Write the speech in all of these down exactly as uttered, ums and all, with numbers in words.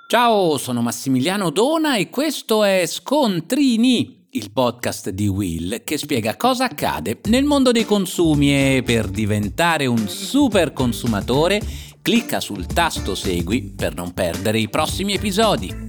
Ciao, sono Massimiliano Dona e questo è Scontrini, il podcast di Will che spiega cosa accade nel mondo dei consumi e per diventare un super consumatore clicca sul tasto segui per non perdere i prossimi episodi.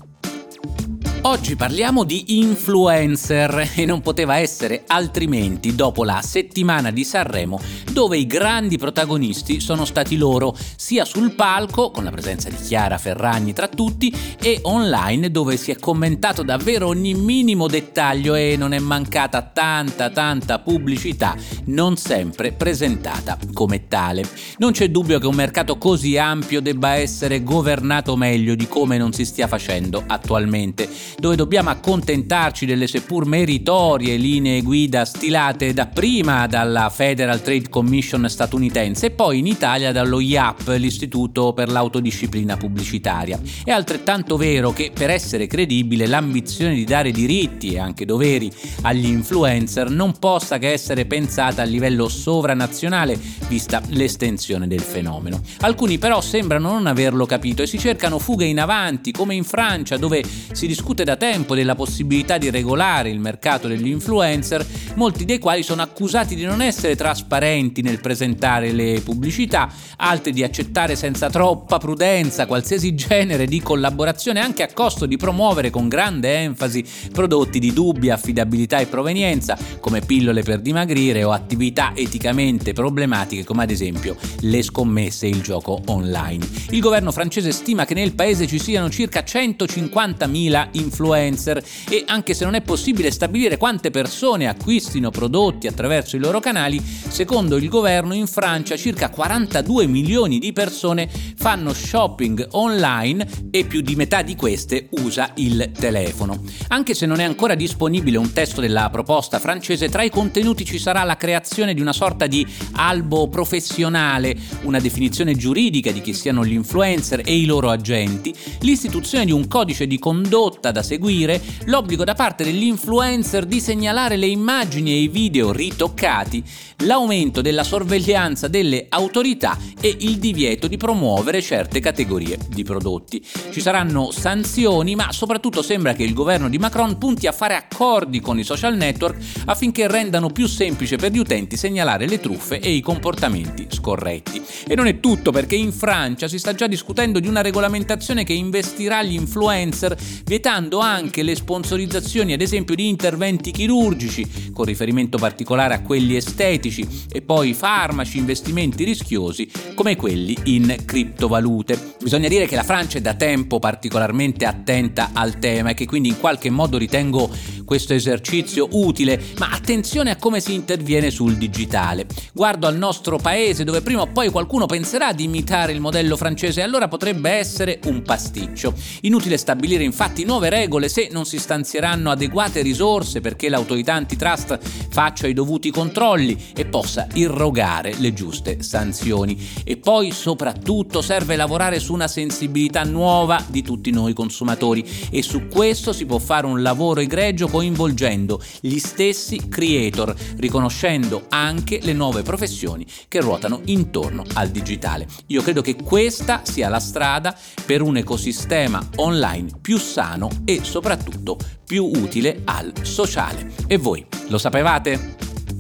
Oggi parliamo di influencer e non poteva essere altrimenti dopo la settimana di Sanremo dove i grandi protagonisti sono stati loro, sia sul palco con la presenza di Chiara Ferragni tra tutti e online dove si è commentato davvero ogni minimo dettaglio e non è mancata tanta tanta pubblicità non sempre presentata come tale. Non c'è dubbio che un mercato così ampio debba essere governato meglio di come non si stia facendo attualmente, dove dobbiamo accontentarci delle seppur meritorie linee guida stilate dapprima dalla Federal Trade Commission statunitense e poi in Italia dallo I A P, l'Istituto per l'Autodisciplina Pubblicitaria. È altrettanto vero che per essere credibile l'ambizione di dare diritti e anche doveri agli influencer non possa che essere pensata a livello sovranazionale, vista l'estensione del fenomeno. Alcuni però sembrano non averlo capito e si cercano fughe in avanti, come in Francia, dove si discute da tempo della possibilità di regolare il mercato degli influencer, molti dei quali sono accusati di non essere trasparenti nel presentare le pubblicità, altri di accettare senza troppa prudenza qualsiasi genere di collaborazione anche a costo di promuovere con grande enfasi prodotti di dubbia affidabilità e provenienza come pillole per dimagrire o attività eticamente problematiche come ad esempio le scommesse e il gioco online. Il governo francese stima che nel paese ci siano circa centocinquantamila influencer e anche se non è possibile stabilire quante persone acquistino prodotti attraverso i loro canali, secondo il governo in Francia circa quarantadue milioni di persone fanno shopping online e più di metà di queste usa il telefono. Anche se non è ancora disponibile un testo della proposta francese, tra i contenuti ci sarà la creazione di una sorta di albo professionale, una definizione giuridica di chi siano gli influencer e i loro agenti, l'istituzione di un codice di condotta da seguire, l'obbligo da parte degli influencer di segnalare le immagini e i video ritoccati, l'aumento della sorveglianza delle autorità e il divieto di promuovere certe categorie di prodotti. Ci saranno sanzioni, ma soprattutto sembra che il governo di Macron punti a fare accordi con i social network affinché rendano più semplice per gli utenti segnalare le truffe e i comportamenti scorretti. E non è tutto, perché in Francia si sta già discutendo di una regolamentazione che investirà gli influencer vietando anche le sponsorizzazioni ad esempio di interventi chirurgici con riferimento particolare a quelli estetici e poi farmaci, investimenti rischiosi come quelli in criptovalute. Bisogna dire che la Francia è da tempo particolarmente attenta al tema e che quindi in qualche modo ritengo questo esercizio utile, ma attenzione a come si interviene sul digitale. Guardo al nostro paese dove prima o poi qualcuno penserà di imitare il modello francese e allora potrebbe essere un pasticcio. Inutile stabilire infatti nuove regole se non si stanzieranno adeguate risorse perché l'autorità antitrust faccia i dovuti controlli e possa irrogare le giuste sanzioni. E poi soprattutto serve lavorare su una sensibilità nuova di tutti noi consumatori e su questo si può fare un lavoro egregio coinvolgendo gli stessi creator, riconoscendo anche le nuove professioni che ruotano intorno al digitale. Io credo che questa sia la strada per un ecosistema online più sano e soprattutto più utile al sociale. E voi lo sapevate?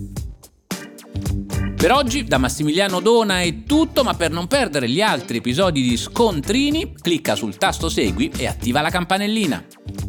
Per oggi da Massimiliano Dona è tutto, ma per non perdere gli altri episodi di Scontrini, clicca sul tasto segui e attiva la campanellina.